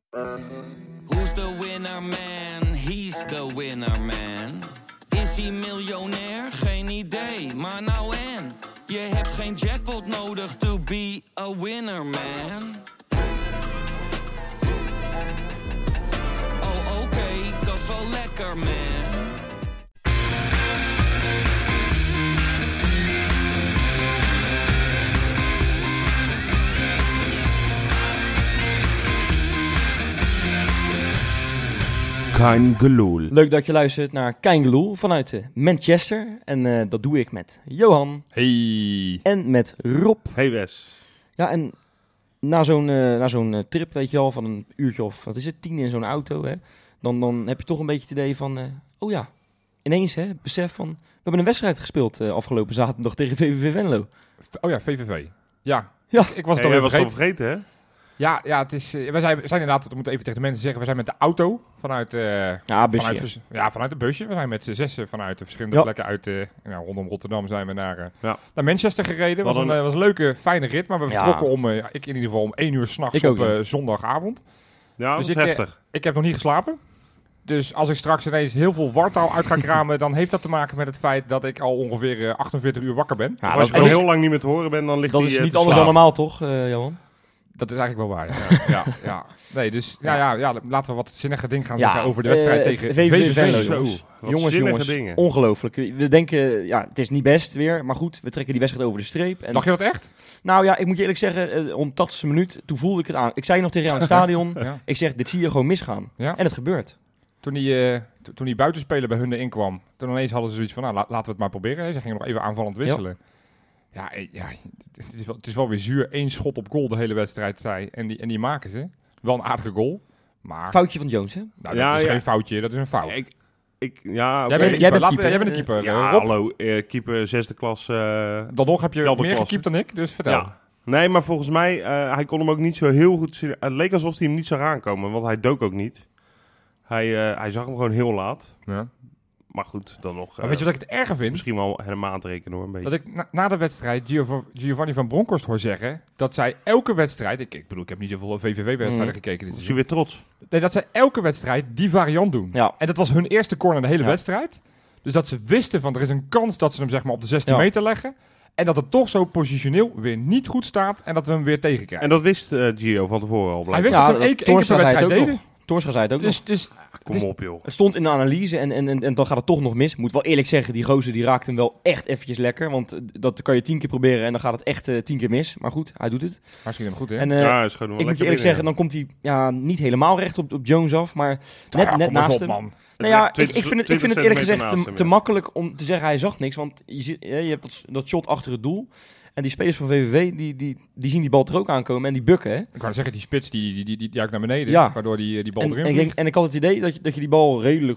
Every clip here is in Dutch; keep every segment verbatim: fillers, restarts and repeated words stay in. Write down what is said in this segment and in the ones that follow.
Who's the winner man? He's the winner man. Is hij miljonair? Geen idee, maar nou en. Je hebt geen jackpot nodig to be a winner man. Oh oké, okay, dat is wel lekker man. Kein Geloel. Leuk dat je luistert naar Kein Geloel vanuit uh, Manchester. En uh, dat doe ik met Johan. Hey. En met Rob. Hey Wes. Ja, en na zo'n, uh, na zo'n uh, trip, weet je al, van een uurtje of, wat is het, tien in zo'n auto, hè. Dan, dan heb je toch een beetje het idee van, uh, oh ja, ineens, hè, besef van, we hebben een wedstrijd gespeeld uh, afgelopen zaterdag tegen V V V Venlo. Oh ja, V V V. Ja, ja. Ik, ik was het hey, al was vergeten. al vergeten, hè? Ja, ja, het is. Uh, we zijn, we zijn inderdaad, we moeten even tegen de mensen zeggen, we zijn met de auto vanuit. Uh, ja, busje. Vanuit, vers, ja, vanuit het busje. We zijn met z'n zessen vanuit de verschillende ja. plekken uit. Uh, nou, rondom Rotterdam zijn we naar, uh, ja. naar Manchester gereden. Het was, een, uh, was een leuke, fijne rit, maar we ja. vertrokken om, uh, ik in ieder geval om één uur s'nachts op uh, zondagavond. Ja, dat dus is ik, heftig. Uh, ik heb nog niet geslapen. Dus als ik straks ineens heel veel wartaal uit ga kramen, dan heeft dat te maken met het feit dat ik al ongeveer uh, achtenveertig uur wakker ben. Ja, als je al heel lang niet meer te horen bent, dan ligt dat die, is uh, niet anders dan normaal, toch, uh, Johan? Dat is eigenlijk wel waar, ja. ja, ja. Nee, dus ja, ja, ja, laten we wat zinnige dingen gaan zeggen ja, over de wedstrijd uh, tegen V V V Venlo. Jongens, jongens, jongens dingen. Ongelooflijk. We denken, ja, het is niet best weer, maar goed, we trekken die wedstrijd over de streep. En dacht je dat echt? Nou ja, ik moet je eerlijk zeggen, uh, om tachtigste minuut, toen voelde ik het aan. Ik zei nog tegen jou in het stadion, ja. ik zeg, dit zie je gewoon misgaan. Ja. En het gebeurt. Toen die, uh, to, toen die buitenspeler bij hun erin kwam, toen ineens hadden ze zoiets van, nou, la, laten we het maar proberen. Ze gingen nog even aanvallend wisselen. Ja, ja, ja het, is wel, het is wel weer zuur. Eén schot op goal de hele wedstrijd, zei. En die, en die maken ze. Wel een aardige goal. Maar foutje van Jones, hè? Nou, ja, dat is ja. geen foutje, dat is een fout. Ik, ik, ja, okay. Jij bent, jij bent keeper. Jij bent een keeper. Ja, Rob. hallo. Uh, keeper zesde klas. Uh, dan nog heb je meer gekiept dan ik, dus vertel. Ja. Nee, maar volgens mij, uh, hij kon hem ook niet zo heel goed zien. Het leek alsof hij hem niet zou aankomen, want hij dook ook niet. Hij, uh, hij zag hem gewoon heel laat. Ja. Maar goed, dan nog... Maar uh, weet je wat ik het erger vind? Misschien wel helemaal aan te rekenen hoor, een beetje. Dat ik na, na de wedstrijd Giov- Giovanni van Bronckhorst hoor zeggen dat zij elke wedstrijd... Ik, ik bedoel, ik heb niet zoveel V V V-wedstrijden mm. gekeken. Dit is je weer trots? Nee, dat zij elke wedstrijd die variant doen. Ja. En dat was hun eerste corner de hele ja. wedstrijd. Dus dat ze wisten van er is een kans dat ze hem zeg maar op de zestien ja. meter leggen. En dat het toch zo positioneel weer niet goed staat en dat we hem weer tegenkrijgen. En dat wist uh, Gio van tevoren al. Hij wist ja, dat ze één keer per wedstrijd deden. Torscha zei het ook dus, nog. Dus, Kom is, op, joh. Het stond in de analyse en, en, en, en dan gaat het toch nog mis. Moet wel eerlijk zeggen, die gozer die raakt hem wel echt eventjes lekker. Want dat kan je tien keer proberen en dan gaat het echt uh, tien keer mis. Maar goed, hij doet het. Maar schiet hem goed, hè? En, uh, ja, is gewoon ik moet je eerlijk zeggen, dan komt hij ja, niet helemaal recht op, op Jones af, maar net, ja, net naast op, hem. Man. Nou ja, ik, ik, vind het, ik vind het eerlijk gezegd te, hem, te makkelijk om te zeggen hij zag niks. Want je, ziet, je hebt dat, dat shot achter het doel. En die spelers van V V V, die, die, die zien die bal er ook aankomen en die bukken, hè? Ik wou zeggen, die spits, die, die, die, die duikt naar beneden, ja. waardoor die, die bal en, erin en, vliegt. En ik had het idee dat je, dat je die bal redelijk...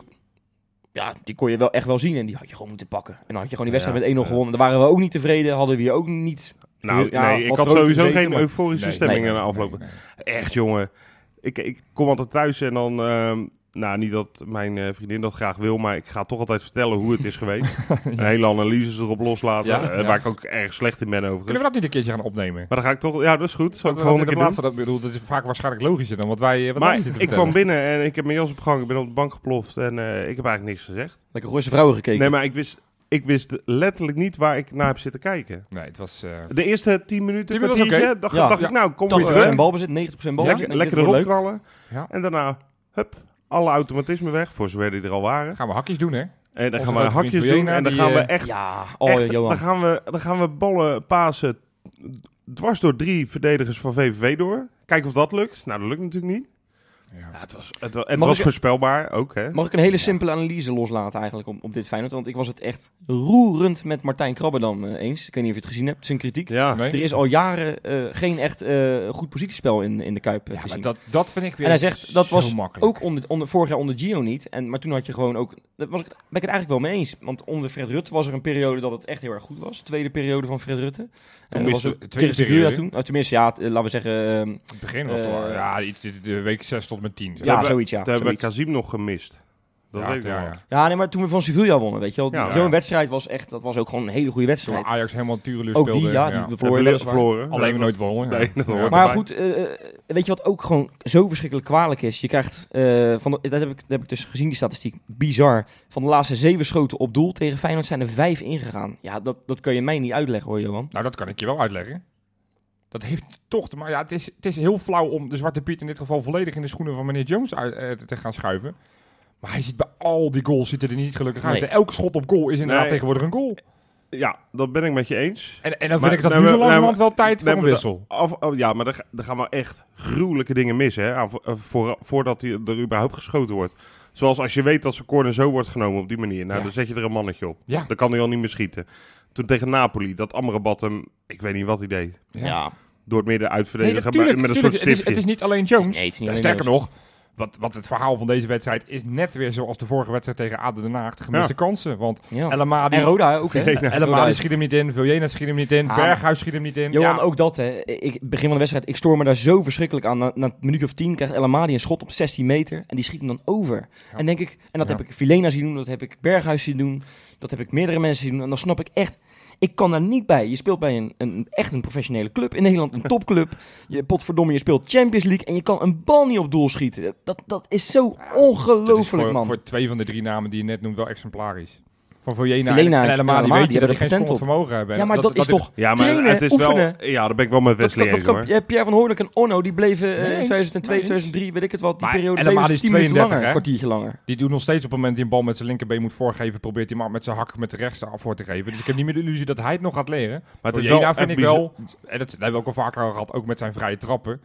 Ja, die kon je wel echt wel zien en die had je gewoon moeten pakken. En dan had je gewoon die wedstrijd ja, met één nul ja. gewonnen. Daar waren we ook niet tevreden, hadden we hier ook niet... Nou, ja, nee, ik had sowieso gezeten, geen maar... euforische nee, stemming nee, in nee, de afloop. Nee, nee. Echt, jongen. Ik, ik kom altijd thuis en dan... Uh, nou, niet dat mijn uh, vriendin dat graag wil, maar ik ga toch altijd vertellen hoe het is geweest. ja. Een hele analyse erop loslaten, ja, uh, ja. waar ik ook erg slecht in ben overigens. Kunnen we dat niet een keertje gaan opnemen? Maar dan ga ik toch... Ja, dat is goed. Zal ik dat, volgende keer doen. Van dat, bedoel, dat is vaak waarschijnlijk logischer dan wat wij wat Maar wij ik kwam binnen en ik heb mijn jas opgehangen, ik ben op de bank geploft en uh, ik heb eigenlijk niks gezegd. Lekker Royse vrouwen gekeken. Nee, maar ik wist... Ik wist letterlijk niet waar ik naar heb zitten kijken. Nee, het was... Uh... De eerste tien minuten, tien minuten okay. dacht, ja. dacht ja. ik, nou, kom tachtig procent balbezit, negentig procent balbezit. Ja, lekker erop knallen. Ja. En daarna, hup, alle automatismen weg, voor zover die er al waren. Gaan we hakjes doen, hè? En dan gaan we hakjes doen en dan gaan we echt... Ja, oh, echt dan, gaan we, dan gaan we ballen pasen dwars door drie verdedigers van V V V door. Kijken of dat lukt. Nou, dat lukt natuurlijk niet. Ja. Ja, het was, het was, het was ik, voorspelbaar ook, hè? Mag ik een hele simpele analyse loslaten eigenlijk op, op dit Feyenoord? Want ik was het echt roerend met Martijn Krabberdam uh, eens. Ik weet niet of je het gezien hebt, zijn kritiek. Ja. Nee. Er is al jaren uh, geen echt uh, goed positiespel in, in de Kuip uh, ja, te zien. Dat, dat vind ik weer En hij zegt, dat was makkelijk. ook onder, onder, vorig jaar onder Gio niet. En, maar toen had je gewoon ook... Dat was ik, ben ik het eigenlijk wel mee eens. Want onder Fred Rutte was er een periode dat het echt heel erg goed was. De tweede periode van Fred Rutte. En was het de tweede periode toen. Oh, tenminste, ja, uh, laten we zeggen... Uh, het begin was uh, toch ja, iets, de, de week zes tot met tien. Ja, zoiets, ja. Toen hebben we zoiets. Kazim nog gemist. Dat ja, weet ik ja, wel. ja. Ja, nee, maar toen we van Sevilla wonnen, weet je wel. Ja, Zo'n ja. wedstrijd was echt, dat was ook gewoon een hele goede Toen wedstrijd. Ajax helemaal Tureluur Ook speelde. die, ja, ja. die we En verloren. verle- weliswaar. verloren. Alleen we nooit wonnen. Nee, dat hoort Maar erbij. goed, uh, weet je wat ook gewoon zo verschrikkelijk kwalijk is? Je krijgt, uh, van de, dat, heb ik, dat heb ik dus gezien, die statistiek, bizar. Van de laatste zeven schoten op doel tegen Feyenoord zijn er vijf ingegaan. Ja, dat, dat kun je mij niet uitleggen hoor, Johan. Nou, dat kan ik je wel uitleggen. Dat heeft toch te maken. Ja, het is, het is heel flauw om de Zwarte Piet in dit geval volledig in de schoenen van meneer Jones uit, uh, te gaan schuiven. Maar hij ziet bij al die goals ziet er niet gelukkig uit. Nee. Elke schot op goal is inderdaad Nee. tegenwoordig een goal. Ja, dat ben ik met je eens. En, en dan Maar vind ik dat nee, nu zo maar- langzamerhand nee, wel tijd voor Nee, een maar wissel. de- Af, oh, ja, maar er, ga- er gaan maar echt gruwelijke dingen mis, hè, aan- uh, voor, voordat die, er überhaupt geschoten wordt. Zoals als je weet dat zijn corner zo wordt genomen op die manier. Nou, Ja. dan zet je er een mannetje op. Ja. Dan kan hij al niet meer schieten. Toen tegen Napoli, dat Amrabat hem, ik weet niet wat hij deed, Ja, door het midden Nee, uitverdedigen natuurlijk. met een natuurlijk. soort Het is, stiftje. het is niet alleen Jones. Nee, het is niet Ja, alleen sterker Jones. nog, wat, wat het verhaal van deze wedstrijd is net weer zoals de vorige wedstrijd tegen A D Den Haag. De gemiste Ja. kansen. Want ja. El Amadi, En Roda ook, hè? Vergeten. El Roda Amadi is- schiet hem niet in. Viljena schiet hem niet in. Ah, Berghuis schiet hem niet in. Johan, Ja. ook dat, hè. Ik, begin van de wedstrijd, ik stoor me daar zo verschrikkelijk aan. Na, na een minuut of tien krijgt El Amadi een schot op zestien meter en die schiet hem dan over. Ja. En denk ik, en dat Ja. heb ik Vilena zien doen, dat heb ik Berghuis zien doen, dat heb ik meerdere mensen zien doen. En dan snap ik echt, ik kan daar niet bij. Je speelt bij een, een echt een professionele club in Nederland, een topclub. Je potverdomme, je speelt Champions League en je kan een bal niet op doel schieten. Dat, dat is zo Dat is ongelooflijk, voor, man. voor twee van de drie namen die je net noemt wel exemplarisch. Van Viljena Viljena en en El Amadi El Amadi, weet je dat die die geen hebben er scorend vermogen hebben. Ja, maar dat, is toch Ja, maar trainen, het is oefenen. wel... Ja, daar ben ik wel met Dat, Wesley dat, eens, dat hoor. kan, Pierre van Hoornik en Onno, die bleven uh, Nee in eens, tweeduizend twee, nee eens. tweeduizend drie, weet ik het wat, die Maar periode El bleven Amadi ze is tien minuten langer, tweeëndertig, een kwartiertje langer. Die doen nog steeds op het moment die een bal met zijn linkerbeen moet voorgeven, probeert hij maar met zijn hak met de rechter af voor te geven. Dus ik heb niet meer de illusie dat hij het nog gaat leren. Maar het is Viljena wel vind echt ik wel, en dat, dat hebben we ook al vaker al gehad, ook met zijn vrije trappen.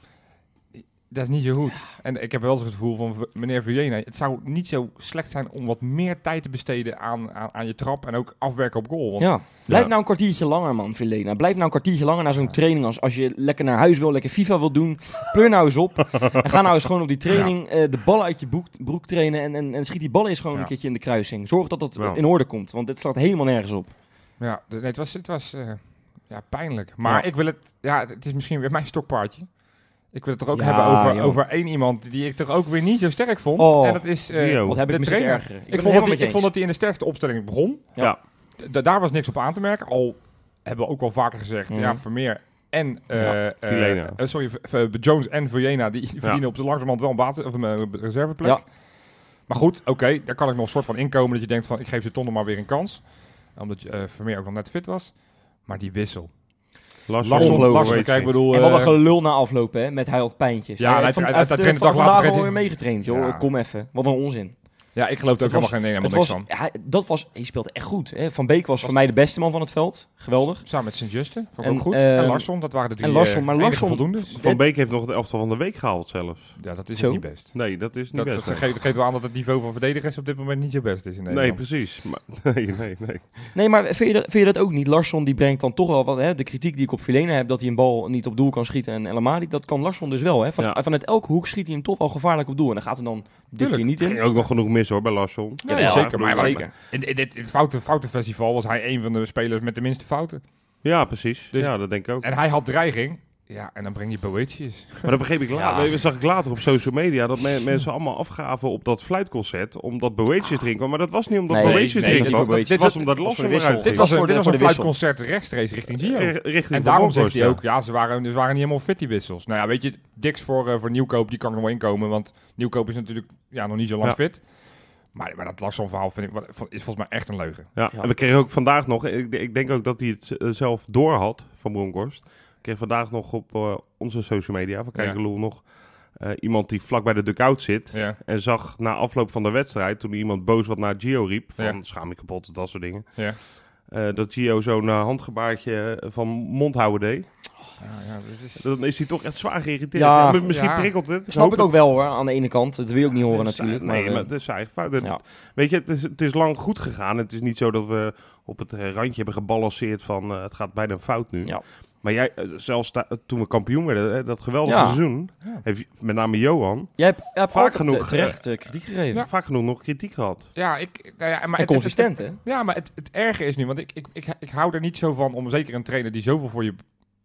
Dat is niet zo goed. En ik heb wel eens het gevoel van, v- meneer Viljena, het zou niet zo slecht zijn om wat meer tijd te besteden aan, aan, aan je trap en ook afwerken op goal. Want Ja. Blijf Ja. nou een kwartiertje langer, man, Vilena. Blijf nou een kwartiertje langer naar zo'n training als, als je lekker naar huis wil, lekker FIFA wil doen. Pleur nou eens op en ga nou eens gewoon op die training eh, de ballen uit je broek, broek trainen en, en, en schiet die ballen eens gewoon Ja. een keertje in de kruising. Zorg dat dat Ja. in orde komt, want dit slaat helemaal nergens op. ja, de- nee, het was, het was eh, ja, pijnlijk. Maar Ja. ik wil het, ja, het is misschien weer mijn stokpaardje. Ik wil het toch ook Ja, hebben over, joh. over één iemand die ik toch ook weer niet zo sterk vond. Oh. En dat is eh, Gio. Wat heb ik de me zitten trainer. ergeren. Ik, ben vond het dat hij, helemaal ik met je vond dat hij in de sterkste opstelling begon. Ja. Ja. D- daar was niks op aan te merken. Al hebben we ook wel vaker gezegd, Mhm. ja, Vermeer en eh, Ja, eh, Vilena. eh, sorry, V- V- Jones en Viljena, die verdienen op de langzamerhand wel een basis of een eh, reserveplek. Ja. Maar goed, oké, daar kan ik nog een soort van inkomen dat je denkt van, ik geef ze toch nog maar weer een kans. Omdat eh Vermeer ook nog net fit was. Maar die wissel. Larsson, Larsson, Ongelooflijk. Larsson, kijk, ik bedoel... En wat een eh, gelul na afloop, hè, met hij had pijntjes. Ja, hij heeft tra- van- hij heeft, traint eh, de dag van- later vandaag traint alweer hij- meegetraind, joh. Ja. Kom even. Wat een onzin. ja, ik geloof er ook Het helemaal geen helemaal het niks was, van. hij, dat was, hij speelde echt goed. Hè. Van Beek was voor mij de beste man van het veld. Geweldig. Samen met Sint-Juste, vond ik En, ook goed. eh, en Larsson, dat waren de drie en Larsson, eh, maar enige Larsson- voldoendes. Van Beek heeft nog de elftal van de week gehaald zelfs. Ja, dat is Zo. ook niet best. Nee, dat is niet Dat, best. dat nee. geeft, geeft wel aan dat het niveau van verdedigers op dit moment niet zo best is in Nee, Nederland. precies. Maar, nee, nee, nee. Nee, maar vind je, dat, vind je dat ook niet? Larsson die brengt dan toch wel wat. Hè, de kritiek die ik op Vilena heb, dat hij een bal niet op doel kan schieten. En El Amadi, dat kan Larsson dus wel. Hè. Van, Ja. Vanuit elke hoek schiet hij hem toch wel gevaarlijk op doel. En dan gaat hij dan dit Tuurlijk. keer niet Er ging in. ook nog genoeg mis hoor bij Larsson. Nee, Jawel, zeker. Maar, maar, zeker. in, in dit, dit foute, foute festival was hij een van de spelers met de minste fouten. Ja, precies. Dus- ja, dat denk ik ook. En hij had dreiging. Ja, en dan breng je Boetius. Maar dat begreep ik later. Ja. Dat zag ik later op social media dat me- mensen allemaal afgaven op dat fluitconcert omdat Boetius erin kwam. Maar dat was niet omdat Nee, Boetius nee, erin dat is kwam. niet voor Het Boetius. was omdat Dat was voor Larsson de wissel. eruit Dit ging. was, voor een, de- dit was voor een de wissel. fluitconcert rechtstreeks richting Gio. R- richting En Van daarom zegt Bronckhorst, hij ja. ook, ja, ze waren, ze waren niet helemaal fit die wissels. Nou ja, weet je, Dix voor, uh, voor Nieuwkoop, die kan er nog wel inkomen, want Nieuwkoop is natuurlijk ja, nog niet zo lang Ja. fit. Maar, maar dat Larsson verhaal vind ik, wat- is volgens mij echt een leugen. Ja, Ja. en we kregen ook vandaag nog, ik, ik denk ook dat hij het eh, zelf door had van Bronkhorst. Ik kreeg vandaag nog op uh, onze social media van Kijkeloel ja. nog uh, iemand die vlak bij de dugout zit. Ja. En zag na afloop van de wedstrijd, toen iemand boos wat naar Gio riep, van Ja. schaam je kapot, dat soort dingen. Ja. Uh, dat Gio zo'n uh, handgebaartje van mond houden deed. Ja, ja, dat is... Dan is hij toch echt zwaar geïrriteerd. Ja. Ja, misschien Ja. prikkelt het. Snap hoop ik het. ook wel hoor, aan de ene kant. Dat wil je ook niet horen Het is natuurlijk. zijn- nee, maar, maar, eh, het is zijn eigen fout. Het- ja. Weet je, het is, het is lang goed gegaan. Het is niet zo dat we op het eh, randje hebben gebalanceerd van uh, het gaat bijna fout nu. Ja. Maar jij, uh, zelfs ta- toen we kampioen werden, hè, dat geweldige Ja. seizoen, Ja. heeft met name Johan Jij hebt, jij hebt Vaak altijd genoeg, eh, terecht eh, kritiek gegeven. Ja. vaak genoeg nog kritiek gehad. Ja, ik, nou ja, maar En het- het- consistent, hè? Ja, maar het, het erge is nu, want ik, ik, ik, ik hou er niet zo van om zeker een trainer die zoveel voor je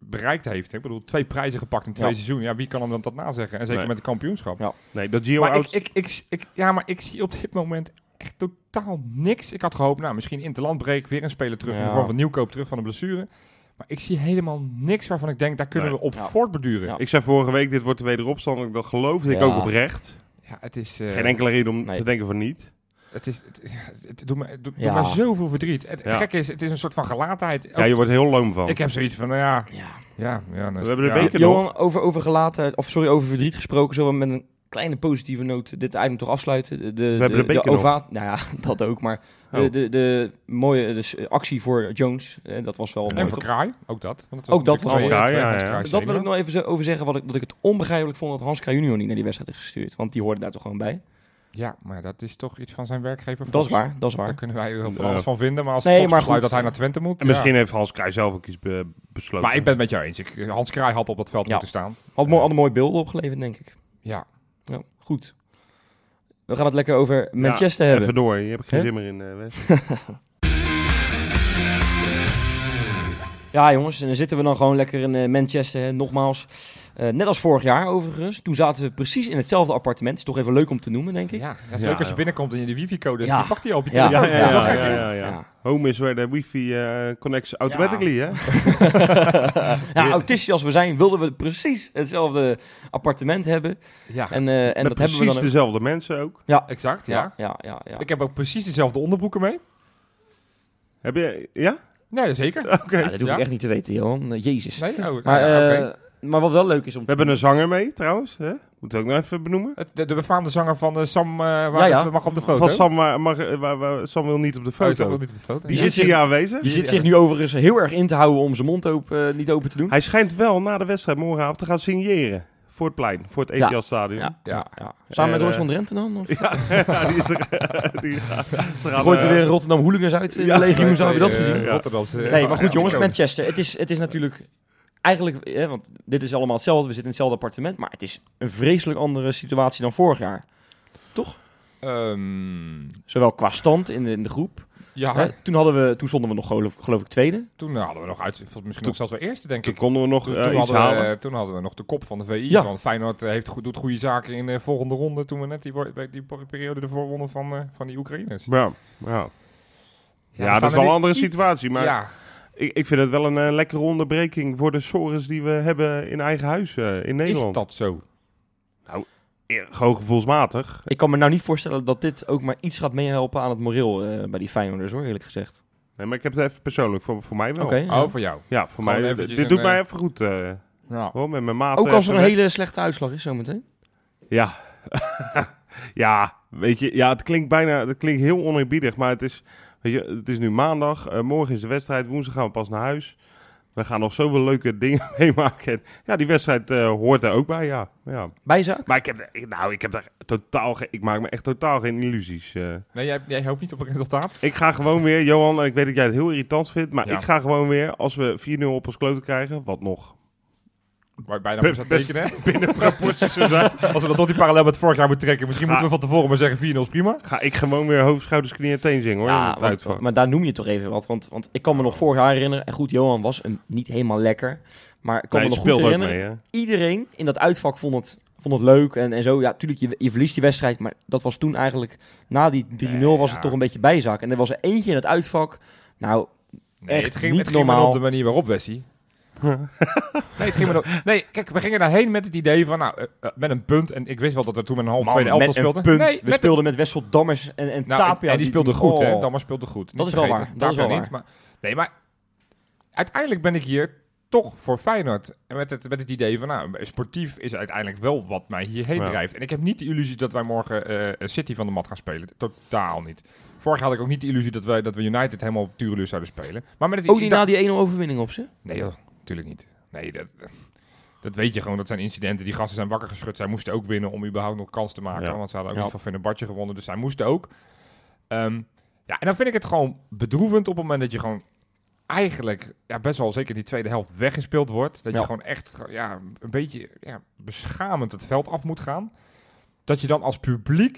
bereikt heeft. Ik bedoel, twee prijzen gepakt in twee Ja. seizoenen. Ja, wie kan hem dan dat nazeggen? En zeker Nee. met het kampioenschap. Ja. Nee, dat Gio Maar ik, oud... ik, ik, ik, ja, maar ik zie op dit moment echt totaal niks. Ik had gehoopt, nou, misschien interlandbreek, weer een speler terug. Ja. In de vorm van Nieuwkoop terug van de blessure. Maar ik zie helemaal niks waarvan ik denk, daar kunnen Nee. we op Ja. voortborduren. Ja. Ja. Ik zei vorige week, dit wordt de wederopstand. Dat geloofde ik Ja. ook oprecht. het is... eh, Geen enkele reden om Nee. te denken van niet. Het, is, het, ja, het doet me, het doet, Ja. doet me zoveel verdriet. Het, het Ja. gekke is, het is een soort van gelatenheid. Ja, je wordt heel loom van. Ik heb zoiets van, nou ja... Ja. ja, ja nou, We hebben de ja. beker nog. Johan, over, over gelaten, of sorry, over verdriet gesproken, zullen we met een kleine positieve noot dit item toch afsluiten? De, de, hebben de beker nog. ova- Nou ja, dat ook, maar de, Oh. de, de mooie dus, eh, actie voor Jones, eh, dat was wel mooi. En voor toch? Kraai, ook dat. Want het Ook dat natuurlijk was twee- wel- twee ja, Hans ja, ja. Kraai Dus dat wil ik senior. nog even zo over zeggen, wat ik, dat ik het onbegrijpelijk vond dat Hans Kraaij junior niet naar die wedstrijd is gestuurd. Want die hoorde daar toch gewoon bij. Ja, maar dat is toch iets van zijn werkgever. Dat is Fox. waar, dat is waar. Daar kunnen wij heel veel Ja. alles van vinden. Maar als Nee, Fox maar besluit goed. dat hij naar Twente moet... En ja. misschien heeft Hans Kraaij zelf ook iets be- besloten. Maar ik ben het met jou eens. Ik, Hans Kraai had op dat veld Ja. moeten staan. Had, mo- hadden mooie beelden opgeleverd, denk ik. Ja. Ja, goed. We gaan het lekker over Manchester Ja, hebben. even door, hier heb ik geen Hè? zin meer in, uh, Wes. Ja, jongens, en dan zitten we dan gewoon lekker in eh, Manchester, hè, nogmaals. Eh, net als vorig jaar overigens. Toen zaten we precies in hetzelfde appartement. Is toch even leuk om te noemen, denk ik. Ja, dat is Ja, leuk als je joh. binnenkomt en je de wifi-code is. Ja. Die pakt hij op je Ja. telefoon. Ja, ja, Dat is wel ja, gek, ja, hè? ja, ja. Home is where the wifi uh, connects automatically, hè? Ja, autistisch als we zijn, wilden we precies hetzelfde appartement hebben. Ja, En, eh, en Met dat hebben we precies dan ook. dezelfde mensen ook. exact. Ja. Ja, ja, ja. ja. Ik heb ook precies dezelfde onderbroeken mee. Heb je... Ja? Nee, zeker. Oké. Ja, dat hoef Ja? ik echt niet te weten, Johan. Eh, Jezus. Nee, oh, Maar, ja, eh, oké. maar wat wel leuk is om We te hebben een zanger mee, trouwens. Hè? Moeten we ook nog even benoemen. Het- De, de befaamde zanger van uh, Sam, uh, waar Ja, ja. is- mag op de foto. Van Sam, maar mag, eh, waar- waar- Sam wil niet op de Oh, Sam foto. wil niet op de foto. Die Ja. zit zit- hier aanwezig. Die zit zich nu overigens heel erg in te houden om zijn mond open, eh, niet open te doen. Hij schijnt wel na de wedstrijd morgenavond te gaan signeren. Voor het plein, voor het Ja. Etihad Stadion. Ja, Ja. ja, ja. Samen met En, Royce eh, van Drenthe dan? Of? Ja, ja, die is er. Die, ze gaan, Gooit er eh, weer Rotterdam hooligans uit in Ja. de legioen, zo heb je dat Eh, gezien? Ja. Rotterdamse, eh, Nee, maar goed ja, jongens, ja. Manchester. Het is, het is natuurlijk eigenlijk, hè, want dit is allemaal hetzelfde. We zitten in hetzelfde appartement, maar het is een vreselijk andere situatie dan vorig jaar. Ehm, Zowel qua stand in de, in de groep. ja, Hè, toen, hadden we, toen stonden we nog geloof, geloof ik tweede. toen hadden we nog uit, misschien nog zelfs wel eerste, denk Toen ik. konden we nog Toen, eh, toen iets hadden we, halen. eh, toen hadden we nog de kop van de V I. Ja. Van Feyenoord eh, heeft goed, doet goede zaken in de volgende ronde. Toen we net die, wo- bij die periode ervoor wonnen van, eh, van die Oekraïners. Ja, ja. we ja, dat staan is er wel nu een andere iets- situatie. Maar Ja, ik, ik vind het wel een eh, lekkere onderbreking voor de sores die we hebben in eigen huis eh, in is Nederland. dat zo? Ja, gewoon gevoelsmatig. Ik kan me nou niet voorstellen dat dit ook maar iets gaat meehelpen aan het moreel eh, bij die Feyenoorders, hoor, eerlijk gezegd. Nee, maar ik heb het even persoonlijk, voor, voor mij wel. Oké. ja. Oh, voor jou. Ja, voor Gewoon mij. eventjes Dit een, doet eh, mij even goed. eh, Ja. hoor, met mijn maat. Ook als er even een weg. hele slechte uitslag is zometeen. Ja. Ja, weet je, ja, het klinkt bijna, het klinkt heel oneerbiedig, maar het is, weet je, het is nu maandag, eh, morgen is de wedstrijd, woensdag gaan we pas naar huis. We gaan nog zoveel leuke dingen meemaken. En ja, die wedstrijd eh, hoort er ook bij, ja. ja. Bijzaak? Maar ik heb, ik- nou, ik heb daar totaal, ge- ik maak me echt totaal geen illusies. eh. Nee, jij, jij hoopt niet op een resultaat? Ik ga gewoon weer, Johan, en ik weet dat jij het heel irritant vindt, maar Ja. ik ga gewoon weer, als we vier nul op ons kloten krijgen, wat nog Waar je bijna Best- voor staat tekenen. hè? binnen proporties zou zijn, Als we dat tot die parallel met vorig jaar moeten trekken. Misschien Ga- moeten we van tevoren maar zeggen vier nul is prima. ga ik gewoon weer hoofd, schouders, knieën en teen zingen, hoor. in Ja, het want- uitvak. maar daar noem je toch even wat. Want, want ik kan me nog vorig jaar herinneren. En goed, Johan was hem niet helemaal lekker. Maar ik kan Nee, me het nog goed speelt ook herinneren. mee, hè. Iedereen in dat uitvak vond het, vond het leuk en, en zo. Ja, tuurlijk, je, je verliest die wedstrijd. Maar dat was toen eigenlijk, na die drie nul Nee, was ja. het toch een beetje bijzaak. En er was er eentje in het uitvak. Nou, Nee, Echt het ging, niet het ging maar normaal. op de manier waarop, Wessie. nee, het ging maar op, nee, kijk, we gingen daarheen met het idee van, nou, uh, uh, met een punt. En ik wist wel dat we toen met een half man, tweede elftal met een speelden. punt. Nee, we met speelden met Wessel Dammers en, en een, nou, en- Tapia. en die speelde toen- goed, hè. oh. Dammers speelde goed. Dat Niet is wel vergeten. waar, dat is Tapia wel niet, maar, nee, maar uiteindelijk ben ik hier toch voor Feyenoord. En met het, met het idee van, nou, sportief is uiteindelijk wel wat mij hierheen Ja. drijft. En ik heb niet de illusie dat wij morgen eh, City van de mat gaan spelen. Totaal niet. Vorig jaar had ik ook niet de illusie dat, wij, dat we United helemaal op Tureluur zouden spelen. Maar met het Ook niet idee- na die één nul overwinning op ze? Nee, joh, natuurlijk niet. Nee, dat, dat weet je gewoon. Dat zijn incidenten. Die gasten zijn wakker geschud. Zij moesten ook winnen om überhaupt nog kans te maken. Ja. Want ze hadden ook Ja. niet van Fenerbahce gewonnen. Dus zij moesten ook. Ehm, ja, en dan vind ik het gewoon bedroevend op het moment dat je gewoon eigenlijk ja, best wel zeker die tweede helft weggespeeld wordt. Dat Ja. je gewoon echt ja, een beetje ja, beschamend het veld af moet gaan. Dat je dan als publiek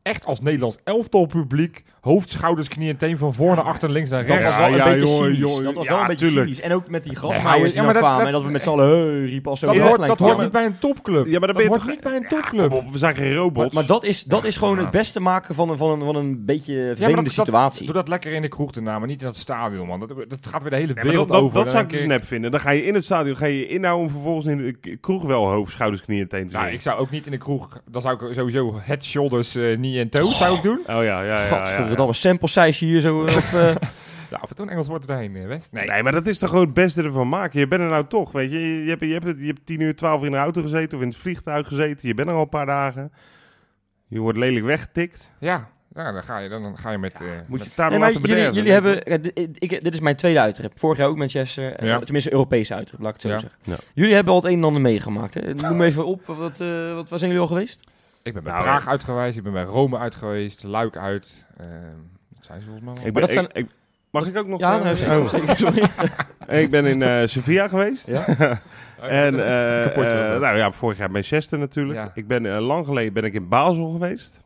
echt als Nederlands elftal publiek, hoofd, schouders, knieën en teen van voor naar achter, links naar Dat rechts. was wel Ja, een ja, beetje jongen, cynisch. jongen, Dat was ja, wel een beetje tuurlijk. cynisch. En ook met die Ja, grasmaaiers die maar dan dat- kwamen. dat- En dat we met z'n allen hey, riepen als zo. Dat heel hoort, klein dat hoort kwamen. niet bij een topclub. Ja, maar dan dat ben je hoort toch- niet bij een Ja, topclub. kom op, we zijn geen Maar, robots. maar dat is, dat is gewoon Ja. het beste maken van een, van een, van een beetje Ja, maar vervelende dat- situatie. Doe dat lekker in de kroeg daarna, maar niet in dat stadion, man. Dat, dat gaat weer de hele Ja, maar wereld dat, dat, over. dat Dan zou ik denk dus nep vinden. Dan ga je in het stadion ga je je inhouden om vervolgens in de k- kroeg wel hoofd, schouders, knieën, teen te Nou, zijn. ik zou ook niet in de kroeg... Dan zou ik sowieso head, shoulders, uh, knee en toe zou ik doen. Oh ja, ja, ja. ja, Gadverdamme, ja. sample size hier zo. Of, uh, Ja, af en toe een Engels woord erheen, uh, West. Nee. Nee, maar dat is toch gewoon het beste ervan maken. Je bent er nou toch, weet je. Je, je, hebt, je, hebt, je hebt tien uur, twaalf uur in de auto gezeten of in het vliegtuig gezeten. Je bent er al een paar dagen. Je wordt lelijk weggetikt. Ja, ja dan, ga je, dan, dan ga je met... Uh, Moet je met het daar nee, dan maar laten jullie, bederven. jullie hebben... kijk, dit- ik, dit is mijn tweede uittrip. Vorig jaar ook Manchester. eh, Ja. Tenminste, Europese uittrip, laat ik het zo Ja. zeggen. Ja. Jullie hebben al het een en ander meegemaakt. Hè? Noem even op. Wat, uh, wat, waar zijn jullie al geweest? ik ben bij Nou, Praag uit geweest, ik ben bij Rome uit geweest, Luik uit. Uh, dat zijn ze volgens mij wel. Ik ben, Maar dat ik- zijn- ik- mag ik ook nog... Ja, eh, nou, oh. zeker, sorry. Ik ben in eh, Sevilla geweest. Ja? En eh, Kapotje was eh, dat. nou ja, vorig jaar Manchester natuurlijk. Ja. Ik ben eh, lang geleden ben ik in Basel geweest.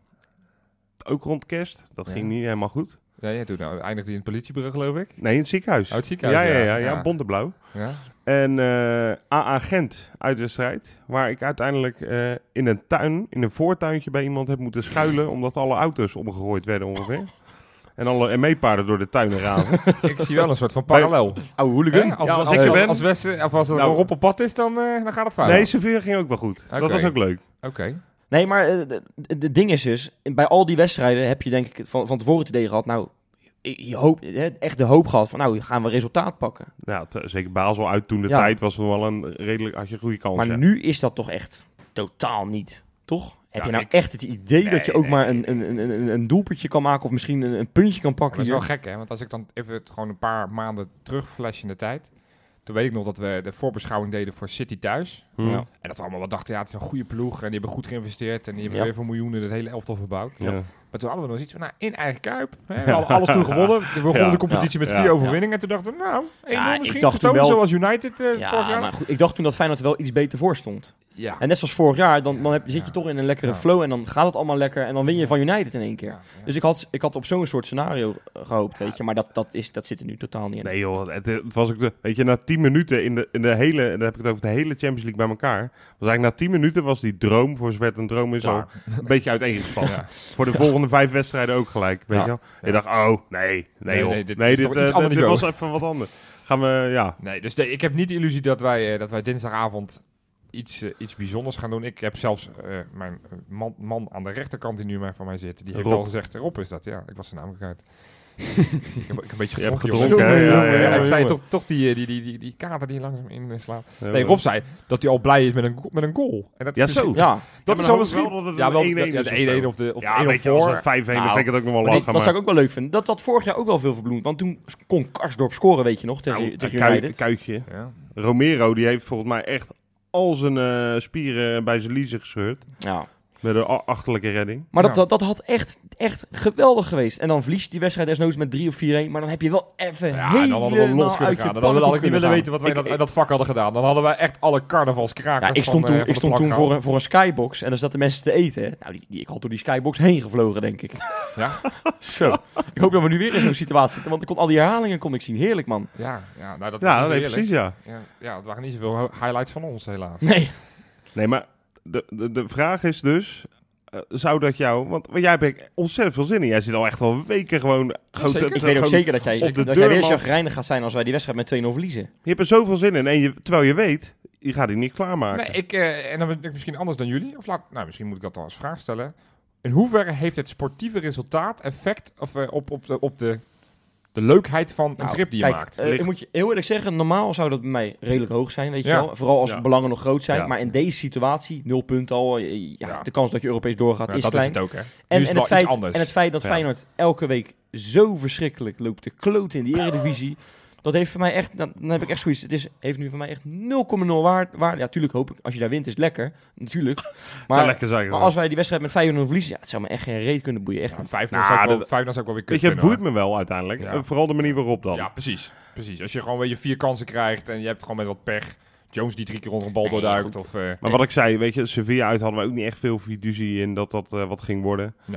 Ook rond kerst. Dat Ja. ging niet helemaal goed. Ja, ja, toen nou, eindigde hij in het politiebureau, geloof ik. Nee, in het ziekenhuis. Oh, het ziekenhuis, ja, ja, ja. ja, ja, Ja. Bonteblauw. Ja. En eh A A Gent uitwedstrijd. Waar ik uiteindelijk eh, in een tuin, in een voortuintje bij iemand heb moeten schuilen. Omdat alle auto's omgegooid werden ongeveer. En alle M E-paarden door de tuinen razen. Ik zie wel een soort van parallel. Oude hooligan. Hè? Als, Ja, als, als als, ik er als, ben- als, Westen- of als er Nou, een rop op pad is, dan, uh, dan gaat het fout. Nee, Sevilla ging ook wel goed. Oké. Dat was ook leuk. Oké. Nee, maar uh, het ding is dus... Bij al die wedstrijden heb je denk ik van, van tevoren het idee gehad... Nou, je hoop, echt de hoop gehad van... Nou, gaan we resultaat pakken. Nou, t- zeker Basel uit toen de Ja. tijd was nog wel een redelijk... Had je een goede kans. Maar ja. nu is dat toch echt totaal niet, toch? Heb Ja, je nou ik- echt het idee dat je Nee, ook maar een, een, een, een, een doelpuntje kan maken... of misschien een, een puntje kan Maar pakken dat is hier? wel gek, hè? Want als ik dan even het gewoon een paar maanden terugflash in de tijd... Toen weet ik nog dat we de voorbeschouwing deden voor City thuis. Hm. Ja. En dat we allemaal wat dachten, ja, het is een goede ploeg. En die hebben goed geïnvesteerd. En die hebben Ja. weer voor miljoenen het hele elftal verbouwd. Ja. Maar toen hadden we nog iets van, nou, in eigen kuip. Hè? We hadden alles toen gewonnen. We begonnen Ja. de competitie Ja. met vier Ja. overwinningen. En toen dachten we, nou, één nul Ja, ik misschien. dacht toen Gestoten, wel- zoals United uh, vorig Ja, jaar. maar goed, ik dacht toen dat Feyenoord er wel iets beter voor stond. Ja. En net zoals vorig jaar, dan, dan heb, zit je Ja. toch in een lekkere Ja. flow... en dan gaat het allemaal lekker en dan win je van United in één keer. Ja, ja. Dus ik had, ik had op zo'n soort scenario uh, gehoopt, weet je. Maar dat, dat, is, dat zit er nu totaal niet in. Nee joh, het, het was ook de, weet je, na tien minuten in de, in de hele, en dan heb ik het over de hele Champions League bij elkaar, was eigenlijk na tien minuten was die droom, voor zover het een droom is, al Klaar. een beetje uiteengespannen. Ja. Voor de volgende vijf wedstrijden ook gelijk, weet Ja. je wel. Ja. Je dacht, oh, nee, nee, Nee, joh. nee, dit nee, is dit, toch eh, iets ander dit niveau. was even wat anders. Gaan we, ja. Nee, dus de- ik heb niet de illusie dat wij, uh, dat wij dinsdagavond iets, uh, iets bijzonders gaan doen. Ik heb zelfs uh, mijn uh, man, man aan de rechterkant die nu mij voor mij zit, die heeft Rob. al gezegd, Rob is dat, ja. Ik was zijn naam kwijt. ik, heb, ik heb een beetje Je hebt gedronken, gedronken, jongens. hè? Ja, ja, ja, ik zei jongen. toch, toch die, die, die, die, die kater die langzaam in uh, slaat. Ja, Nee, Rob zei dat hij al blij is met een, met een goal. En dat Ja, is zo. misschien- Ja, Dat Ja, is maar wel dan misschien... hoop ik wel dat het ja, wel een één-één ja, is de of één-één zo. of de, of de Ja, één weet of je, als voor. het vijf-één, dan Nou, vind ik het ook nog wel maar die- lachen. dat zou maar ik ook wel leuk vinden. Dat had vorig jaar ook wel veel verbloemd. Want toen kon Karsdorp scoren, weet je nog, tegen, nou, tegen een kui- United. kuitje. Ja. Romero, die heeft volgens mij echt al zijn eh, spieren bij zijn liezen gescheurd. Ja. Met een a- achterlijke redding. Maar dat, Ja. dat, dat had echt, echt geweldig geweest. En dan verlies je die wedstrijd desnoods met drie of vier-één. Maar dan heb je wel even Ja, en dan hadden we los helemaal kunnen uit je gaan. Dan hadden we pannenkoek had ik niet willen kunnen weten wat wij Ik- in dat, ik- in dat vak hadden gedaan. Dan hadden wij echt alle carnavalskrakers Ja, ik stond van, toen, eh, ik van de stond plank toen voor, gehaald. een, voor een skybox en daar zaten mensen te eten. Nou, die, die, ik had door die skybox heen gevlogen, denk ik. Ja, Zo. Ik hoop dat we nu weer in zo'n situatie zitten, want ik kon al die herhalingen kon ik zien. Heerlijk, man. ja, ja, nou, dat Ja, was nee, niet zo precies, eerlijk. ja. Ja, ja, het waren niet zoveel ho- highlights van ons, helaas. Nee. Nee, maar de, de, de vraag is dus... eh, zou dat jou... Want jij hebt er ontzettend veel zin in. Jij zit al echt wel weken gewoon... grote- zeker. Ik weet ook gewoon- zeker dat jij, op de dat jij weer deurmat. chagrijnig gaat zijn als wij die wedstrijd met twee nul verliezen. Je hebt er zoveel zin in. En je, terwijl je weet, je gaat die niet klaarmaken. Nee, ik, eh, en dan ben ik misschien anders dan jullie. Of laat, nou, misschien moet ik dat dan als vraag stellen. In hoeverre heeft het sportieve resultaat effect of, eh, op, op, de, op de, de leukheid van een Nou, trip die je kijk, maakt? eh, Ligt- ik moet je heel eerlijk zeggen, normaal zou dat bij mij redelijk hoog zijn, weet je Ja. wel. Vooral als Ja. de belangen nog groot zijn. Ja. Maar in deze situatie, nul punten al, eh, ja, Ja. de kans dat je Europees doorgaat Ja, is dat klein. is het ook, hè? Nu En, is en, wel het feit, iets anders. en het feit dat Ja. Feyenoord elke week zo verschrikkelijk loopt te kloten in die Eredivisie, dat heeft voor mij echt, dan, dan heb ik echt zoiets, het is, heeft nu voor mij echt nul komma nul waarde. Waarde. Ja, tuurlijk hoop ik, als je daar wint is het lekker, natuurlijk. zou Maar, lekker zijn. maar als wij die wedstrijd met vijf nul verliezen, ja, het zou me echt geen reet kunnen boeien. Echt Ja, niet. vijf nul Nou, zou, ik wel- dat- vijf nul zou ik wel weer Weet kut je, het vinden, boeit me wel uiteindelijk. Ja. En vooral de manier waarop dan. hoor. Ja, precies. precies. Als je gewoon weer je vier kansen krijgt en je hebt gewoon met wat pech. Jones die drie keer onder een bal Nee, doorduikt. goed. Of, eh, Maar wat ik zei, weet je, Sevilla uit hadden we ook niet echt veel fiducie in dat dat eh, wat ging worden. Nee.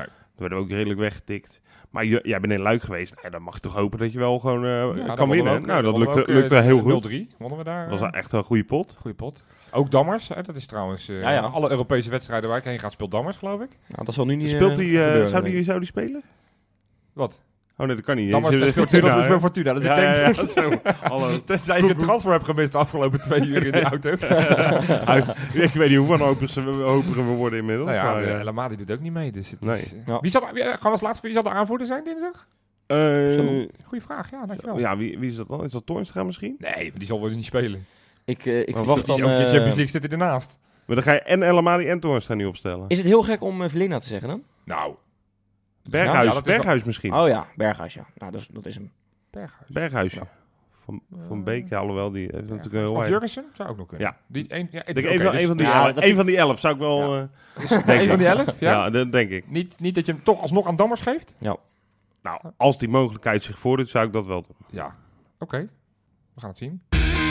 werden we ook redelijk weggetikt. Maar je, jij bent in Luik geweest. Nou, dan mag je toch hopen dat je wel gewoon uh, Ja, kan winnen. Ook, nou, dat lukte, ook, lukte uh, heel goed. nul drie wonnen we daar. Dat was echt een goede pot. Goeie pot. Ook Dammers. Hè, dat is trouwens uh, Ja, ja. alle Europese wedstrijden waar ik heen ga speelt Dammers, geloof ik. Nou, dat zal nu niet Speelt die, uh, gebeuren, zou, denk die, ik. zou die spelen? Wat? Oh nee, dat kan niet. Dammers Je- speelt Fortuna, speelt hè? bij Fortuna. Dus Ja, ik ja, denk, ja, zo. Hallo. tenzij je een transfer hebt gemist de afgelopen twee uur in de auto. Ik weet niet hoe wanhopig we worden inmiddels. Nou ja, maar, de ja. El Amadi doet ook niet mee. Dus het Nee. is, uh, Ja. wie zal, wie, gewoon als laatste, wie zal de aanvoerder zijn dinsdag? Eh, Goeie vraag, ja, dankjewel. ja, wie, wie is dat dan? Is dat Toornstra misschien? Nee, maar die zal wel niet spelen. Ik, uh, ik Maar verwacht Die dan... is ook in de uh, Champions League zit hij ernaast. Maar dan ga je en El Amadi en Toornstra niet opstellen. Is het heel gek om uh, Vilena te zeggen dan? Nou, Berghuis, Ja, dat is Berghuis misschien. Oh ja, Berghuis, ja. Nou, dat is, dat is hem. Berghuis. Berghuis. Ja. Van, van Beek, ja, alhoewel die heeft natuurlijk een heel Of eind. Jurgensen? Zou ook nog kunnen. Ja. Die, een, ja, Ik denk oké, een, van, dus- een, van die ja, elf, dat een vind- van die elf zou ik wel... Ja. eh, Een denk van ik. die elf? Ja. ja, dat denk ik. Niet, niet dat je hem toch alsnog aan Dammers geeft? Nou, als die mogelijkheid zich voordoet, zou ik dat wel doen. Ja. Oké. We gaan het zien.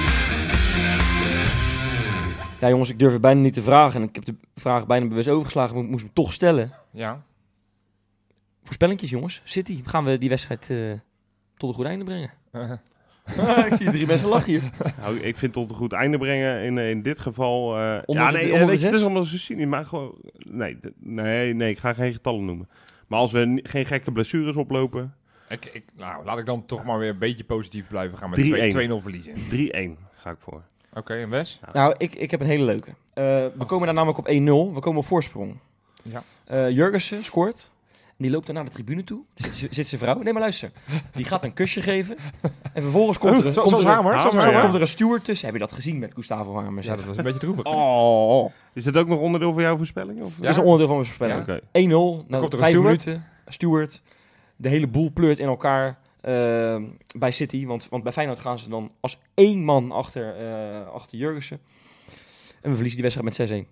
Ja jongens, ik durf het bijna niet te vragen. En ik heb de vraag bijna bewust overgeslagen, maar ik moest hem toch stellen. Ja. Voorspellingjes jongens. City, gaan we die wedstrijd uh, tot een goed einde brengen? Uh, ik zie drie mensen lachen hier. Nou, ik vind tot een goed einde brengen in, in dit geval... uh, Onder ja, de- nee, onder de weet je, het is zes? allemaal zo zien. Maar gewoon... Nee, d- nee, nee, ik ga geen getallen noemen. Maar als we ni- geen gekke blessures oplopen... ik, ik, nou, laat ik dan toch maar weer een beetje positief blijven gaan met drie twee- één. twee nul verliezen. drie-één ga ik voor. Oké, en Wes? Nou, ik, ik heb een hele leuke. Uh, we komen daar namelijk op één nul. We komen op voorsprong. Ja. Uh, Jurgensen scoort. En die loopt dan naar de tribune toe. Zit, zit, zit zijn vrouw. Nee, maar luister. Die gaat een kusje geven. En vervolgens komt er een, Zo- komt zoals er een, Hamer, Hamer, komt, ja. komt er een steward tussen. Heb je dat gezien met Gustavo Hamer? Ja, dat was een beetje droevig. Oh. Is dit ook nog onderdeel van jouw voorspelling? Of? Dat is een onderdeel van mijn voorspelling. Oké. één nul. Na komt er een vijf steward. minuten. Steward. De hele boel pleurt in elkaar. Uh, bij City. Want, want bij Feyenoord gaan ze dan als één man achter, uh, achter Jurgensen. En we verliezen die wedstrijd met zes één.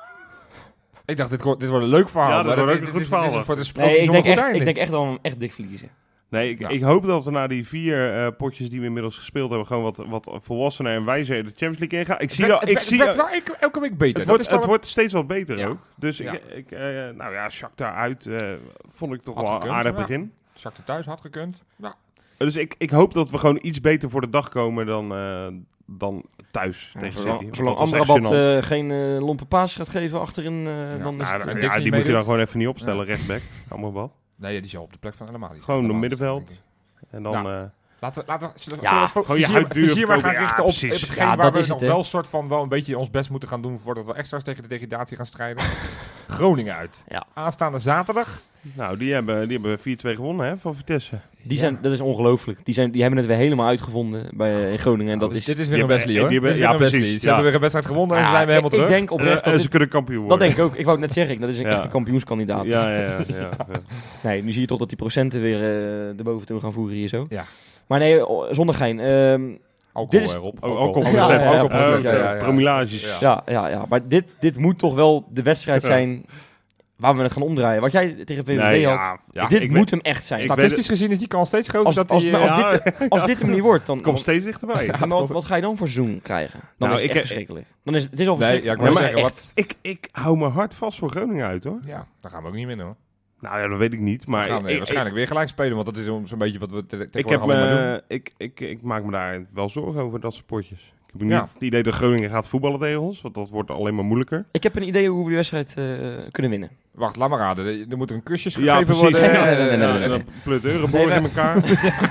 Ik dacht, dit, wordt- dit wordt een leuk verhaal. Ja, dat maar wordt dit- ook een dit- goed dit is verhaal. voor de Nee, sprookjes ik om denk, een goed echt, einde. ik denk echt dat we hem echt dik verliezen. Nee, ik, Ja. ik hoop dat we na die vier uh, potjes die we inmiddels gespeeld hebben... gewoon wat, wat volwassener en wijzer de Champions League ingaan. Ik Het zie werd- al... het Ik werd- zie het werd al- wel elke, elke week beter. Het, Dat wordt, is dan het wordt steeds wat beter Ja. ook. Dus Ja. ik, ik uh, nou ja, Shakhtar uit uh, vond ik toch Had wel een gekund, aardig ja. begin. Zakte thuis, had gekund. Ja. Dus ik, ik hoop dat we gewoon iets beter voor de dag komen dan, uh, dan thuis Ja, tegen zolang City. zolang Want dat was echt Amrabat gênant. uh, geen uh, lompe paas gaat geven achterin, uh, dan is Nou, het... nou, en ja, Dix die niet moet je meedoet. dan gewoon even niet opstellen, rechtback. Amrabat. Nee, die zal op de plek van helemaal niet. Gewoon Helemaal op niet, middenveld. denk ik. En dan... Nou, uh, Laten we, laten we, zullen we, Ja, zullen we het gewoon je vizier- huid duur vizier maar gaan verkopen. Ja, richten op, op precies. hetgeen Ja, waar dat we is nog het, hè. wel een soort van wel een beetje ons best moeten gaan doen voordat we extra's tegen de degradatie gaan strijden. Groningen uit. Ja. Aanstaande zaterdag. nou, die hebben, die hebben vier twee gewonnen hè, van Vitesse. Die zijn, dat is ongelooflijk. Die, zijn, die hebben het weer helemaal uitgevonden bij, in Groningen. En dat Dus is... dit is die weer een hebben- Wesley hoor. die hebben- Dit is weer ja, een Wesley. precies, Ze ja. hebben weer een wedstrijd gewonnen en Ja, ze zijn weer helemaal ik, terug. ik denk oprecht Uh, dat en dit- ze kunnen kampioen dat worden. denk ik ook. Ik wou het net zeggen. Dat is een Ja. echte kampioenskandidaat. Ja, ja, ja. ja, ja. Nee, nu zie je toch dat die procenten weer uh, erboven toe gaan voeren hier zo. Ja. Maar nee, oh, zonder gein. Ehm, Alcohol Dit is- erop. Oh, Ja, alcoholrecept. ja, ja, Ja, precies, ja, ja, ja. Promillages. Ja. ja, ja, ja. Maar dit, dit moet toch wel de wedstrijd Ja. zijn waar we het gaan omdraaien. Wat jij tegen V V D Nee, had, ja. Ja, dit ik moet hem echt zijn. ik Statistisch weet gezien is die kans steeds groter. Als, dat als, die, maar als, eh, dit, als dit hem niet wordt, dan... Komt steeds dichterbij. Ja, maar wat, wat ga je dan voor zoen krijgen? Dan Nou, is het ik- echt verschrikkelijk. Dan is, het is al Nee, ja, ik verschrikkelijk. wou Nee, maar zeggen, echt. wat, Ik, ik hou me hard vast voor Groningen uit, hoor. ja, daar gaan we ook niet winnen hoor. Nou ja, dat weet ik niet. Maar We gaan eh, ik, waarschijnlijk weer gelijk spelen, want dat is zo'n beetje wat we te- ik, tegenwoordig heb alleen maar doen. me, ik, ik, ik maak me daar wel zorgen over, dat soort potjes. Ik heb Ja. niet het idee dat Groningen gaat voetballen tegen ons, want dat wordt alleen maar moeilijker. Ik heb een idee hoe we die wedstrijd uh, kunnen winnen. Wacht, laat maar raden. Er- Er moet een kusjes Ja, gegeven precies. worden. Nee, nee, nee, nee, nee, Ja, nee. En dan pleurt de Euroborg Nee, in elkaar.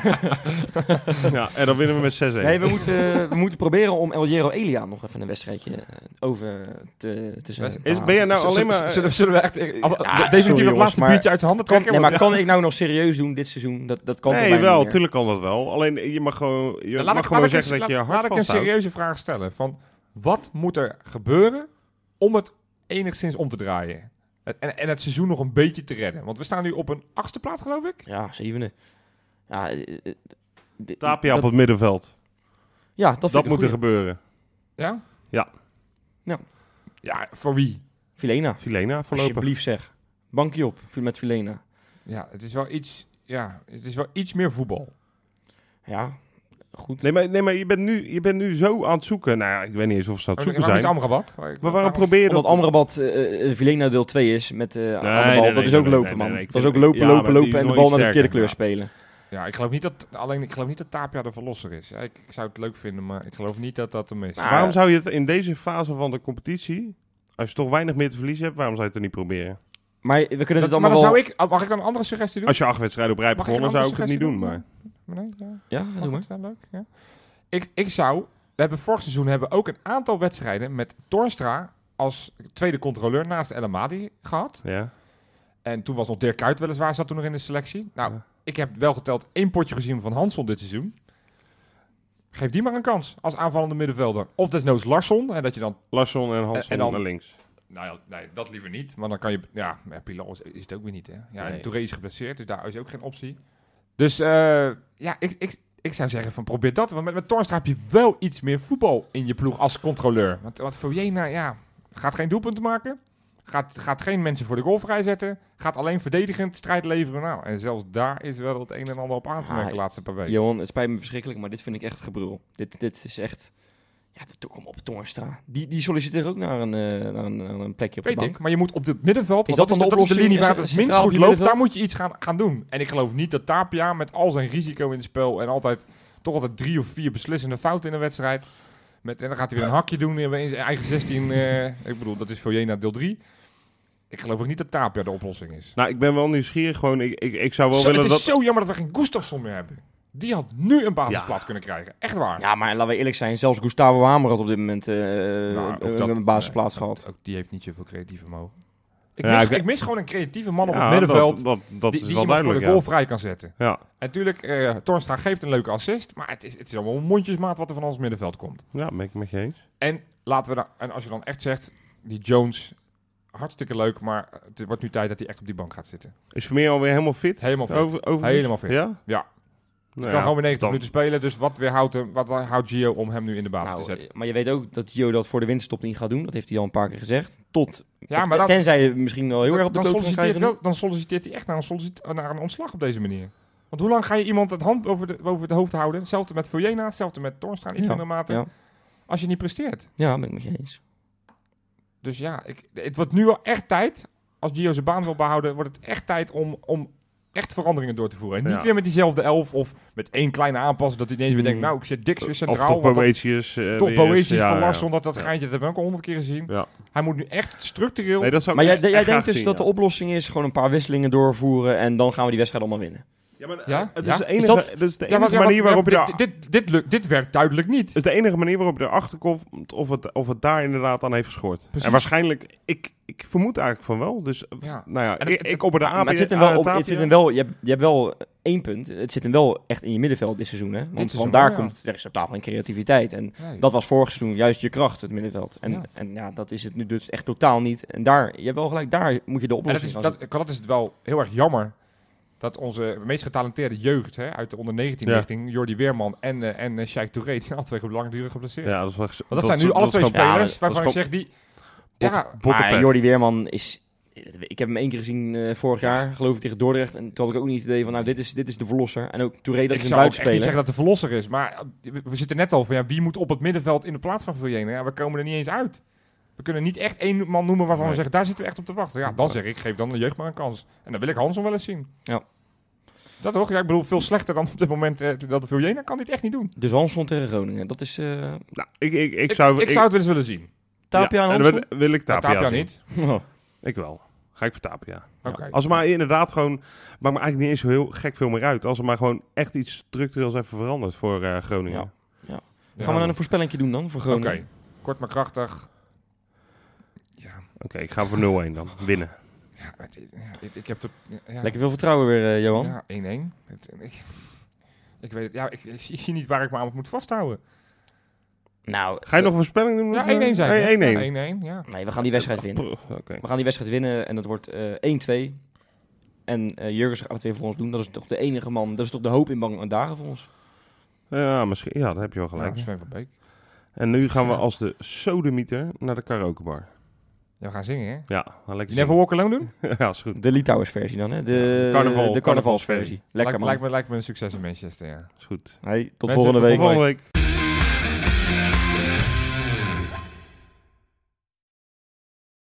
Ja, en dan winnen we met zes één. Nee, we moeten, we moeten proberen om El Hierro Elia nog even een wedstrijdje uh, over te, te, te Is, ben jij nou Zullen- alleen maar... zullen, zullen, zullen we echt eh, af- Ja, definitief sorry, het jongens, laatste maar- biertje uit zijn handen kan, trekken? nee, maar Want- kan ik nou nog serieus doen dit seizoen? Dat, dat kan toch Nee, bijna wel, niet meer? tuurlijk kan dat wel. Alleen je mag gewoon, je Ja, mag ik- gewoon ik zeggen eens- dat je laat- hart Laat ik een vasthoudt. serieuze vraag stellen. Van, wat moet er gebeuren om het enigszins om te draaien? En, en het seizoen nog een beetje te redden? Want we staan nu op een achtste plaats, geloof ik. Ja, zevende. Ja, eh, eh, d- Tapia op dat- het middenveld. Ja, dat, Dat, vind ik moet een er goeie. gebeuren. Ja? Ja. Ja. Ja, voor wie? Filena, Filena voorlopig. alsjeblieft zeg. Bankje op, met Filena. Ja, het is wel iets, ja, het is wel iets meer voetbal. Ja, goed. Nee, maar, nee, maar je, bent nu, je bent nu zo aan het zoeken. Nou ja, ik weet niet eens of ze aan het zoeken Waarom zijn. niet Amrabat? Maar waarom probeer je dat? Omdat Amrabat uh, Vilena deel twee is met uh, aan de bal. nee, dat nee, is ook nee, lopen, nee, man. nee, nee, ik dat is ook vind- lopen, ja, lopen, maar die lopen is en de wel bal naar iets de verkeerde kleur sterker, spelen. Ja, ik geloof niet dat, alleen ik geloof niet dat Tapia de verlosser is. Ja, ik, ik zou het leuk vinden, maar ik geloof niet dat dat hem is. Nou, Waarom zou je het in deze fase van de competitie, als je toch weinig meer te verliezen hebt, waarom zou je het er niet proberen? Maar we kunnen Dat- het maar allemaal dan wel... zou ik, mag ik dan een andere suggestie doen? Als je acht wedstrijden op rij hebt Mag ik gewonnen, een zou ik het niet andere doen. suggestie Maar Nee, ja. Ja, Mag doe maar. het? Ja, leuk. Ja. Ik, ik zou, we hebben vorig seizoen hebben we ook een aantal wedstrijden met Toornstra als tweede controleur naast El Amadi gehad. ja. En toen was nog Dirk Kuyt weliswaar, zat toen nog in de selectie. Nou, Ja. ik heb wel geteld één potje gezien van Hansson dit seizoen. Geef die maar een kans als aanvallende middenvelder. Of desnoods Larsson, en dat je dan... Larsson en Hansson En dan- naar links. Nou ja, nee, dat liever niet. Maar dan kan je... Ja, maar Pilar is, is het ook weer niet, hè. Ja, Nee. en Touré is geblesseerd, dus daar is ook geen optie. Dus eh, ja, ik, ik, ik zou zeggen van probeer dat. Want met, met Toornstra heb je wel iets meer voetbal in je ploeg als controleur. Want, want Vilena, ja, gaat geen doelpunten maken. Gaat, gaat geen mensen voor de goal vrijzetten. Gaat alleen verdedigend strijd leveren. Nou, en zelfs daar is wel het een en ander op aan te merken Ah, de laatste paar weken. Johan, het spijt me verschrikkelijk, maar dit vind ik echt gebrul. Dit, dit is echt... Ja, de kom op Toornstra. Die, die solliciteert ook naar een, uh, naar een, naar een plekje op de Weet bank. ik, maar je moet op het middenveld, Is want dat dat, dan is, de dat is de oplossing? linie waar het Is- minst centraal goed op die loopt. Daar middenveld? moet je iets gaan, gaan doen. En ik geloof niet dat Tapia met al zijn risico in het spel en altijd toch altijd drie of vier beslissende fouten in een wedstrijd. Met, en dan gaat hij weer een hakje doen in zijn eigen zestien. Uh, ik bedoel, dat is Vilena deel drie. Ik geloof ook niet dat Tapia de oplossing is. Nou, ik ben wel nieuwsgierig. Gewoon, ik, ik, ik zou wel Zo, het willen is dat... zo jammer dat we geen Gustafsson meer hebben. Die had nu een basisplaats Ja. kunnen krijgen. Echt waar. Ja, maar laten we eerlijk zijn. Zelfs Gustavo Hamer had op dit moment uh, Nou, ook een, dat- een basisplaats nee, gehad. Ook die heeft niet zoveel creatief vermogen. Ik, Ja, mis, ik- ik mis gewoon een creatieve man op Ja, het middenveld. Dat, dat, dat die is die wel iemand voor duidelijk, de goal ja. vrij kan zetten. Ja, En natuurlijk, uh, Toornstra geeft een leuke assist. Maar het is, het is allemaal een mondjesmaat wat er van ons middenveld komt. ja, ben ik met je eens. En, laten we dan, en als je dan echt zegt, die Jones, hartstikke leuk. Maar het wordt nu tijd dat hij echt op die bank gaat zitten. Is Vermeer alweer helemaal fit? Helemaal fit. Over, over Helemaal fit. Ja? Ja. Nou kan ja, gewoon weer negentig dan- minuten spelen. Dus wat weerhoudt, hem, wat houdt Gio om hem nu in de basis te Nou, zetten? eh, maar je weet ook dat Gio dat voor de winterstop niet gaat doen. Dat heeft hij al een paar keer gezegd. Tot, Ja, of maar ten- dan, tenzij je misschien wel heel dan, erg op de dan, kloot gaat solliciteert krijgen. wel, dan solliciteert hij echt naar een, sollicit- naar een ontslag op deze manier. Want hoe lang ga je iemand het hand over, de, over het hoofd houden? Hetzelfde met Vilena, hetzelfde met Toornstra in iets Ja, mindere mate. ja. Als je niet presteert. Ja, ben ik met je eens. Dus ja, ik, het wordt nu wel echt tijd. Als Gio zijn baan wil behouden, wordt het echt tijd om, om echt veranderingen door te voeren. En niet Ja. weer met diezelfde elf of met één kleine aanpassing dat hij ineens weer denkt, Mm. nou, ik zit Dix weer Of centraal. toch want dat- Boetius. eh, Toch weer eens. Boetius Ja, van ja. Larsson, dat, dat Ja. geintje, dat hebben we ook al honderd keer gezien. Ja. Hij moet nu echt structureel... Nee, dat zou ik Maar jij, echt- jij echt denkt graag dus zien, dat de ja. oplossing is gewoon een paar wisselingen doorvoeren en dan gaan we die wedstrijd allemaal winnen. Ja, maar Ja? eh, het Ja? is de Is enige, dat- dat is de Ja, enige wat- ja, manier wat- waarop ja, je... dit, dit, dit, lukt- dit werkt duidelijk niet. Het is de enige manier waarop je erachter komt of het, of het daar inderdaad aan heeft geschoord. Precies. En waarschijnlijk, ik, ik vermoed eigenlijk van wel. Dus Ja. nou ja, En het- ik, het- ik op de Maar A het zit hem wel, op, het zit hem wel je, hebt, je hebt wel één punt. Het zit hem wel echt in je middenveld dit seizoen. Hè? Want, seizoen want daar wel, ja. komt er is totaal geen creativiteit. En Nee. dat was vorig seizoen juist je kracht, het middenveld. En Ja. ja, en, ja dat is het nu dus echt totaal niet. En daar, je hebt wel gelijk, daar moet je de En dat oplossing is, gaan dat, zoeken. dat is het wel heel erg jammer. Dat onze meest getalenteerde jeugd hè, uit de onder negentien Ja. richting Jordi Weerman en, uh, en uh, Sheikh Touré, die zijn alle twee langdurig geblesseerd. Ja, dat, is wel, Want dat, zijn nu alle is twee gewoon- spelers ja, waarvan dat ik is zeg die... Bot- Ja, bottenpech. Maar Jordi Weerman is... Ik heb hem één keer gezien uh, vorig jaar, geloof ik, tegen Dordrecht. En toen had ik ook niet het idee van, nou, dit is, dit is de verlosser. En ook Touré dat ik is een zou ook echt niet buitenspeler. zeggen dat de verlosser is. Maar uh, we, we zitten net al van, ja, wie moet op het middenveld in de plaats van Vilena? Ja, we komen er niet eens uit. We kunnen niet echt één man noemen waarvan Nee. we zeggen, daar zitten we echt op te wachten. Ja, dan zeg ik, geef dan de jeugd maar een kans. En dan wil ik Hansson wel eens zien. Ja. Dat toch? Ja, ik bedoel, veel slechter dan op dit moment uh, dat de Vilena kan dit echt niet doen. Dus Hansson tegen Groningen, dat is... Uh, Nou, ik, ik, ik, Ik, zou... ik zou het wel eens willen zien. Tapia ja, en en Hansson? dan wil, wil ik Ja, Tapia, Tapia zien. niet. Oh. Ik wel. Ga ik voor Tapia. Ja. Oké. Als het maar inderdaad gewoon... Maakt me eigenlijk niet eens zo heel gek veel meer uit. Als er maar gewoon echt iets structureels even verandert voor uh, Groningen. Ja. Ja. Gaan we dan een voorspellingje doen dan voor Oké, Groningen? kort maar krachtig. Ja, Oké, ik ga voor nul een dan. Winnen. ja, het- ja, ik, ik heb tot, ja, Lekker veel vertrouwen weer, uh, Johan. Ja, één-één. Het- Ik, ik weet het, ja, ik, ik, zie- ik zie niet waar ik me aan moet vasthouden. Nou, Ga je nog een voorspelling doen? Ja, Of, één-één zijn. Nee, hè? één-één. Ja, één-één, ja. nee, we gaan die wedstrijd winnen. Oké. We gaan die wedstrijd winnen en dat wordt uh, één twee. En uh, Jurgens gaat het weer voor ons doen. Dat is toch de enige man. Dat is toch de hoop in bange dagen voor ons. Ja, misschien. Ja, daar heb je wel gelijk. Ja, Sven van Beek. En nu gaan we als de sodemieter naar de karaokebar. Ja, we gaan zingen, hè? Ja, maar lekker Never Walk Alone doen? Ja, is goed. De Litouwers versie dan, hè? De, Carnaval- de carnavalsversie. Lekker, Lijkt, man. lijkt, me, lijkt me een succes in Manchester, ja. Is goed. Hey, tot Mensen, volgende tot week. Volgende week.